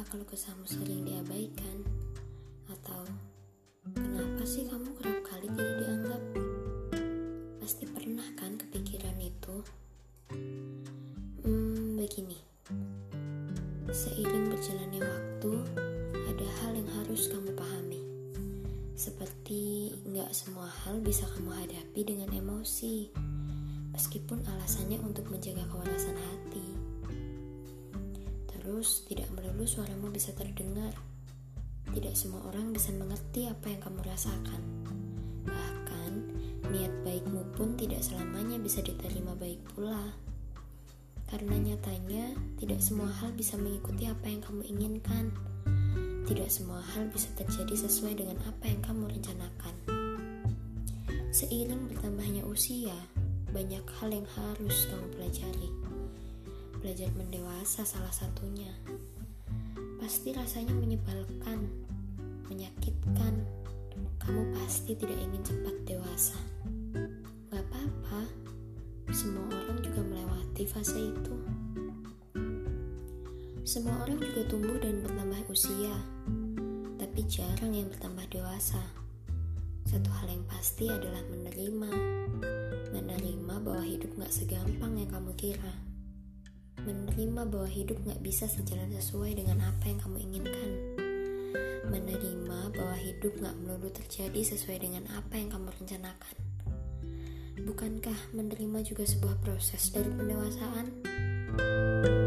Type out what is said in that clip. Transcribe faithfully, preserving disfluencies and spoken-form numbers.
kalau kesahmu sering diabaikan? Atau kenapa sih kamu kerap kali tidak dianggap? Pasti pernah kan kepikiran itu? Hmm, begini. Seiring berjalannya waktu, ada hal yang harus kamu pahami. Seperti gak semua hal bisa kamu hadapi dengan emosi, meskipun alasannya untuk menjaga kewarasan hati. Terus, tidak melulu suaramu bisa terdengar. Tidak semua orang bisa mengerti apa yang kamu rasakan. Bahkan, niat baikmu pun tidak selamanya bisa diterima baik pula. Karena nyatanya, tidak semua hal bisa mengikuti apa yang kamu inginkan. Tidak semua hal bisa terjadi sesuai dengan apa yang kamu rencanakan. Seiring bertambahnya usia, banyak hal yang harus kamu pelajari. Belajar mendewasa salah satunya. Pasti rasanya menyebalkan, menyakitkan. Kamu pasti tidak ingin cepat dewasa. Gak apa-apa, semua orang juga melewati fase itu. Semua orang juga tumbuh dan bertambah usia, tapi jarang yang bertambah dewasa. Satu hal yang pasti adalah menerima. Menerima bahwa hidup gak segampang yang kamu kira. Menerima bahwa hidup gak bisa sejalan sesuai dengan apa yang kamu inginkan. Menerima bahwa hidup gak melulu terjadi sesuai dengan apa yang kamu rencanakan. Bukankah menerima juga sebuah proses dari pendewasaan?